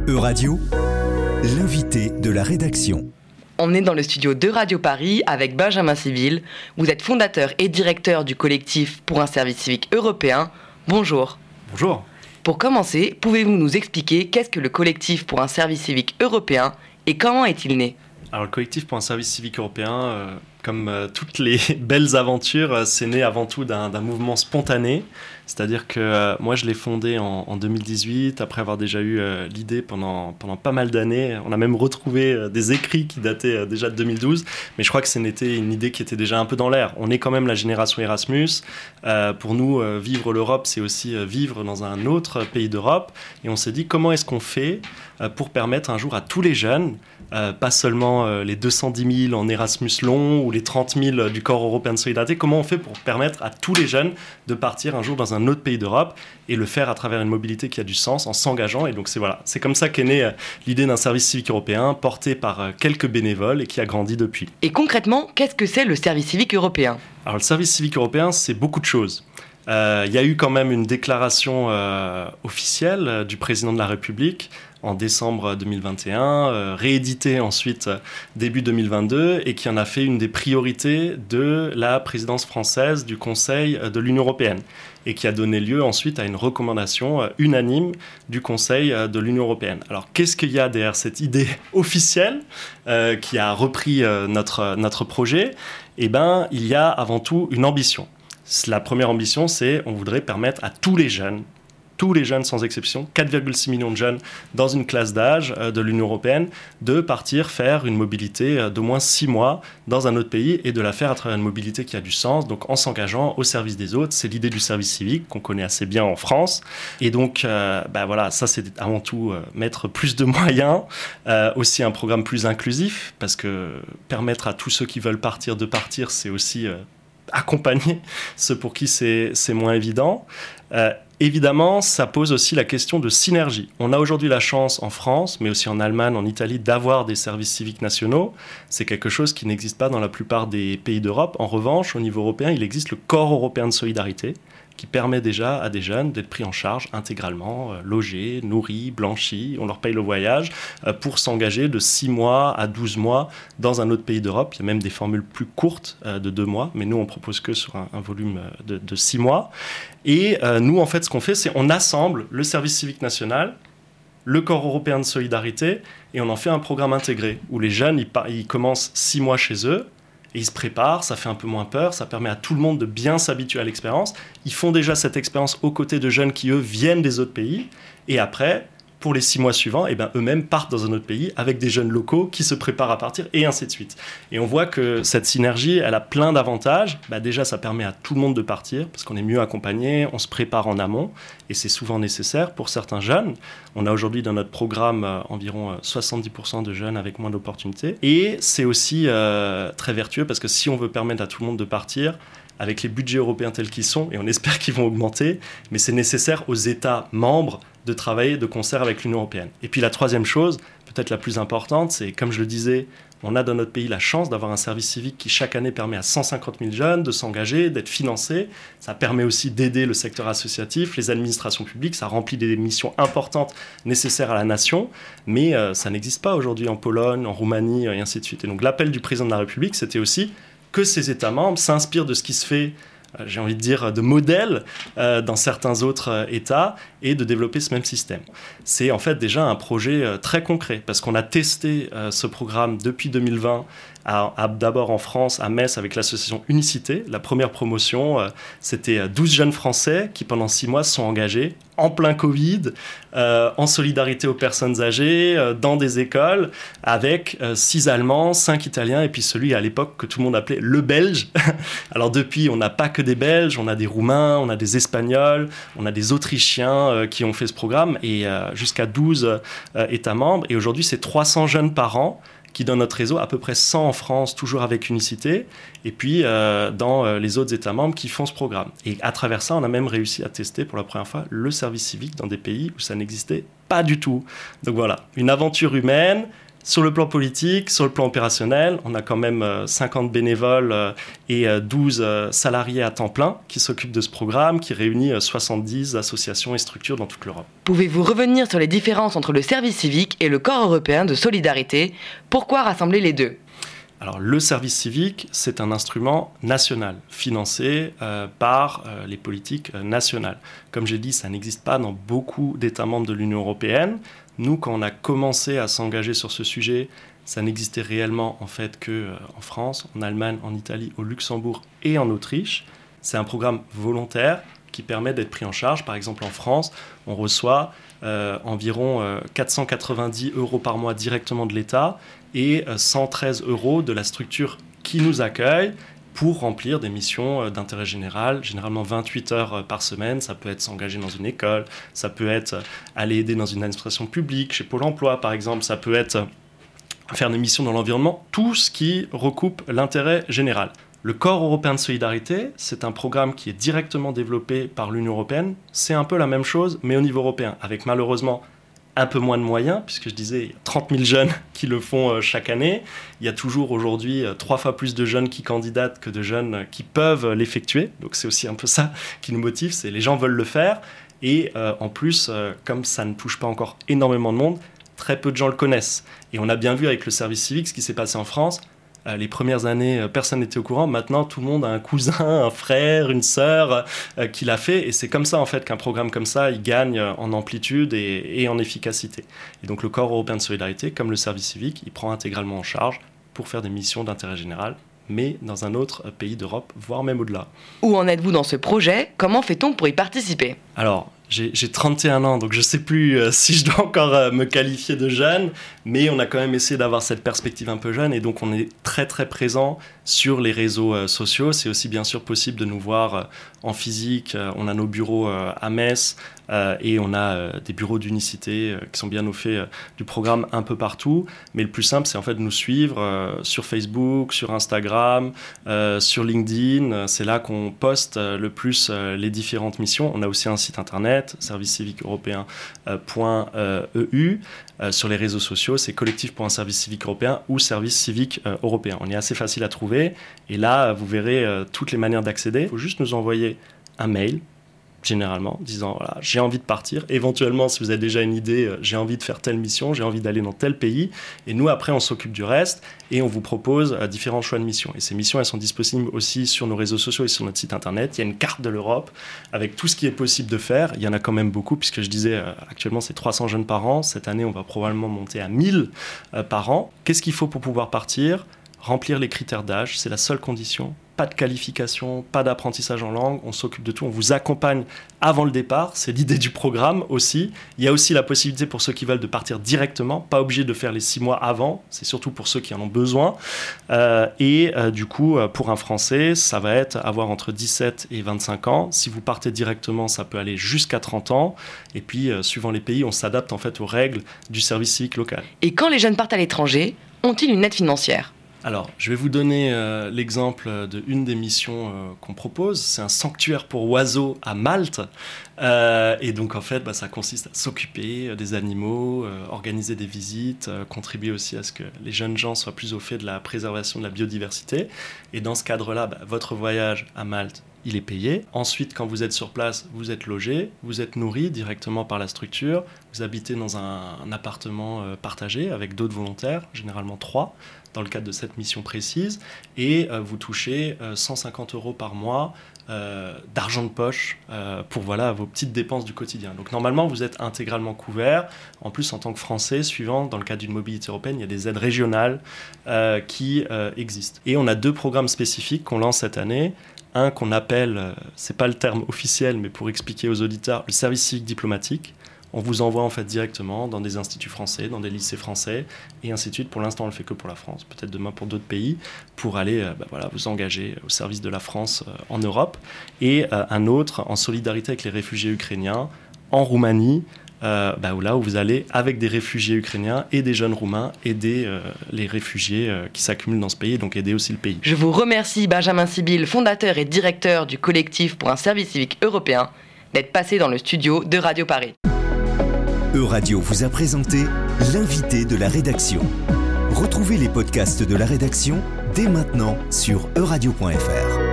Euradio, l'invité de la rédaction. On est dans le studio de Radio Paris avec Benjamin Civil. Vous êtes fondateur et directeur du collectif pour un service civique européen. Bonjour. Bonjour. Pour commencer, pouvez-vous nous expliquer qu'est-ce que le collectif pour un service civique européen et comment est-il né ? Alors le collectif pour un service civique européen, comme toutes les belles aventures, c'est né avant tout d'un mouvement spontané. C'est-à-dire que moi je l'ai fondé en 2018, après avoir déjà eu l'idée pendant pas mal d'années. On a même retrouvé des écrits qui dataient déjà de 2012, mais je crois que c'était une idée qui était déjà un peu dans l'air. On est quand même la génération Erasmus. Pour nous, vivre l'Europe, c'est aussi vivre dans un autre pays d'Europe. Et on s'est dit, comment est-ce qu'on fait pour permettre un jour à tous les jeunes, pas seulement les 210 000 en Erasmus long ou les 30 000 du Corps européen de solidarité, comment on fait pour permettre à tous les jeunes de partir un jour dans un autre pays d'Europe et le faire à travers une mobilité qui a du sens en s'engageant. Et donc c'est comme ça qu'est née l'idée d'un service civique européen porté par quelques bénévoles et qui a grandi depuis. Et concrètement, qu'est-ce que c'est le service civique européen ? Alors le service civique européen, c'est beaucoup de choses. Il y a eu quand même une déclaration officielle du président de la République en décembre 2021, rééditée ensuite début 2022, et qui en a fait une des priorités de la présidence française du Conseil de l'Union européenne, et qui a donné lieu ensuite à une recommandation unanime du Conseil de l'Union européenne. Alors qu'est-ce qu'il y a derrière cette idée officielle qui a repris notre projet ? Eh bien, il y a avant tout une ambition. La première ambition, c'est on voudrait permettre à tous les jeunes sans exception, 4,6 millions de jeunes dans une classe d'âge de l'Union européenne, de partir faire une mobilité d'au moins 6 mois dans un autre pays et de la faire à travers une mobilité qui a du sens, donc en s'engageant au service des autres. C'est l'idée du service civique qu'on connaît assez bien en France. Et donc, voilà, ça c'est avant tout mettre plus de moyens, aussi un programme plus inclusif, parce que permettre à tous ceux qui veulent partir de partir, c'est aussi accompagner ceux pour qui c'est moins évident. Évidemment, ça pose aussi la question de synergie. On a aujourd'hui la chance en France, mais aussi en Allemagne, en Italie, d'avoir des services civiques nationaux. C'est quelque chose qui n'existe pas dans la plupart des pays d'Europe. En revanche, au niveau européen, il existe le Corps européen de solidarité, qui permet déjà à des jeunes d'être pris en charge intégralement, logés, nourris, blanchis, on leur paye le voyage, pour s'engager de 6 mois à 12 mois dans un autre pays d'Europe. Il y a même des formules plus courtes de 2 mois, mais nous on propose que sur un volume de 6 mois. Et nous en fait ce qu'on fait, c'est on assemble le service civique national, le Corps européen de solidarité, et on en fait un programme intégré, où les jeunes ils commencent 6 mois chez eux, et ils se préparent, ça fait un peu moins peur, ça permet à tout le monde de bien s'habituer à l'expérience. Ils font déjà cette expérience aux côtés de jeunes qui, eux, viennent des autres pays. Et après, pour les 6 mois suivants, eux-mêmes partent dans un autre pays avec des jeunes locaux qui se préparent à partir, et ainsi de suite. Et on voit que cette synergie, elle a plein d'avantages. Déjà, ça permet à tout le monde de partir, parce qu'on est mieux accompagné, on se prépare en amont, et c'est souvent nécessaire pour certains jeunes. On a aujourd'hui dans notre programme environ 70% de jeunes avec moins d'opportunités. Et c'est aussi très vertueux, parce que si on veut permettre à tout le monde de partir, avec les budgets européens tels qu'ils sont, et on espère qu'ils vont augmenter, mais c'est nécessaire aux États membres de travailler de concert avec l'Union européenne. Et puis la troisième chose, peut-être la plus importante, c'est, comme je le disais, on a dans notre pays la chance d'avoir un service civique qui chaque année permet à 150 000 jeunes de s'engager, d'être financés. Ça permet aussi d'aider le secteur associatif, les administrations publiques, ça remplit des missions importantes nécessaires à la nation, mais ça n'existe pas aujourd'hui en Pologne, en Roumanie, et ainsi de suite. Et donc l'appel du président de la République, c'était aussi que ces États membres s'inspirent de ce qui se fait, j'ai envie de dire, de modèle dans certains autres États, et de développer ce même système. C'est en fait déjà un projet très concret, parce qu'on a testé ce programme depuis 2020, d'abord en France, à Metz, avec l'association Unicité. La première promotion, c'était 12 jeunes Français qui, pendant 6 mois, se sont engagés en plein Covid, en solidarité aux personnes âgées, dans des écoles, avec 6 Allemands, 5 Italiens, et puis celui à l'époque que tout le monde appelait le Belge. Alors depuis, on n'a pas que des Belges, on a des Roumains, on a des Espagnols, on a des Autrichiens qui ont fait ce programme, et jusqu'à 12 États membres. Et aujourd'hui, c'est 300 jeunes par an qui dans notre réseau, à peu près 100 en France, toujours avec Unicité, et puis dans les autres États membres qui font ce programme. Et à travers ça, on a même réussi à tester pour la première fois le service civique dans des pays où ça n'existait pas du tout. Donc voilà, une aventure humaine, Sur le plan politique, sur le plan opérationnel, on a quand même 50 bénévoles et 12 salariés à temps plein qui s'occupent de ce programme, qui réunit 70 associations et structures dans toute l'Europe. Pouvez-vous revenir sur les différences entre le service civique et le corps européen de solidarité ? Pourquoi rassembler les deux ? Alors, le service civique, c'est un instrument national, financé par les politiques nationales. Comme j'ai dit, ça n'existe pas dans beaucoup d'États membres de l'Union européenne. Nous, quand on a commencé à s'engager sur ce sujet, ça n'existait réellement en fait qu'en France, en Allemagne, en Italie, au Luxembourg et en Autriche. C'est un programme volontaire qui permet d'être pris en charge. Par exemple, en France, on reçoit environ 490 € par mois directement de l'État et 113 € de la structure qui nous accueille pour remplir des missions d'intérêt général, généralement 28 heures par semaine. Ça peut être s'engager dans une école, ça peut être aller aider dans une administration publique, chez Pôle emploi par exemple, ça peut être faire des missions dans l'environnement, tout ce qui recoupe l'intérêt général. Le Corps européen de solidarité, c'est un programme qui est directement développé par l'Union européenne. C'est un peu la même chose, mais au niveau européen, avec malheureusement un peu moins de moyens, puisque je disais, il y a 30 000 jeunes qui le font chaque année. Il y a toujours aujourd'hui 3 fois plus de jeunes qui candidatent que de jeunes qui peuvent l'effectuer. Donc c'est aussi un peu ça qui nous motive, c'est les gens veulent le faire. Et en plus, comme ça ne touche pas encore énormément de monde, très peu de gens le connaissent. Et on a bien vu avec le service civique ce qui s'est passé en France. Les premières années, personne n'était au courant. Maintenant, tout le monde a un cousin, un frère, une sœur qui l'a fait. Et c'est comme ça, en fait, qu'un programme comme ça, il gagne en amplitude et en efficacité. Et donc, le Corps européen de solidarité, comme le service civique, il prend intégralement en charge pour faire des missions d'intérêt général, mais dans un autre pays d'Europe, voire même au-delà. Où en êtes-vous dans ce projet ? Comment fait-on pour y participer ? Alors, j'ai 31 ans, donc je ne sais plus si je dois encore me qualifier de jeune, mais on a quand même essayé d'avoir cette perspective un peu jeune, et donc on est très très présent sur les réseaux sociaux. C'est aussi bien sûr possible de nous voir en physique. On a nos bureaux à Metz et on a des bureaux d'unicité qui sont bien au fait du programme un peu partout. Mais le plus simple, c'est en fait de nous suivre sur Facebook, sur Instagram, sur LinkedIn. C'est là qu'on poste le plus les différentes missions. On a aussi un site internet, service-civique-européen.eu. Sur les réseaux sociaux, c'est collectif pour un service civique européen ou service civique européen. On est assez facile à trouver. Et là, vous verrez toutes les manières d'accéder. Il faut juste nous envoyer un mail, généralement, disant voilà, j'ai envie de partir. Éventuellement, si vous avez déjà une idée, j'ai envie de faire telle mission, j'ai envie d'aller dans tel pays. Et nous, après, on s'occupe du reste et on vous propose différents choix de missions. Et ces missions, elles sont disponibles aussi sur nos réseaux sociaux et sur notre site internet. Il y a une carte de l'Europe avec tout ce qui est possible de faire. Il y en a quand même beaucoup, puisque je disais, actuellement, c'est 300 jeunes par an. Cette année, on va probablement monter à 1000 par an. Qu'est-ce qu'il faut pour pouvoir partir ? Remplir les critères d'âge, c'est la seule condition. Pas de qualification, pas d'apprentissage en langue, on s'occupe de tout, on vous accompagne avant le départ, c'est l'idée du programme aussi. Il y a aussi la possibilité pour ceux qui veulent de partir directement, pas obligé de faire les 6 mois avant, c'est surtout pour ceux qui en ont besoin. Du coup, pour un Français, ça va être avoir entre 17 et 25 ans. Si vous partez directement, ça peut aller jusqu'à 30 ans. Et puis, suivant les pays, on s'adapte en fait aux règles du service civique local. Et quand les jeunes partent à l'étranger, ont-ils une aide financière ? Alors, je vais vous donner l'exemple d'une des missions qu'on propose. C'est un sanctuaire pour oiseaux à Malte. Et donc, en fait, ça consiste à s'occuper des animaux, organiser des visites, contribuer aussi à ce que les jeunes gens soient plus au fait de la préservation de la biodiversité. Et dans ce cadre-là, votre voyage à Malte, il est payé. Ensuite, quand vous êtes sur place, vous êtes logé, vous êtes nourri directement par la structure. Vous habitez dans un appartement partagé avec d'autres volontaires, généralement 3, dans le cadre de cette mission précise. Et vous touchez 150 € par mois d'argent de poche pour vos petites dépenses du quotidien. Donc normalement, vous êtes intégralement couvert. En plus, en tant que Français, suivant, dans le cadre d'une mobilité européenne, il y a des aides régionales qui existent. Et on a 2 programmes spécifiques qu'on lance cette année. Un qu'on appelle, c'est pas le terme officiel, mais pour expliquer aux auditeurs, le service civique diplomatique. On vous envoie en fait directement dans des instituts français, dans des lycées français, et ainsi de suite. Pour l'instant, on le fait que pour la France, peut-être demain pour d'autres pays, pour aller vous engager au service de la France en Europe. Et un autre en solidarité avec les réfugiés ukrainiens en Roumanie, où vous allez avec des réfugiés ukrainiens et des jeunes roumains aider les réfugiés qui s'accumulent dans ce pays, et donc aider aussi le pays. Je vous remercie Benjamin Sibyl, fondateur et directeur du collectif pour un service civique européen, d'être passé dans le studio de Radio Paris. Euradio vous a présenté l'invité de la rédaction. Retrouvez les podcasts de la rédaction dès maintenant sur euradio.fr.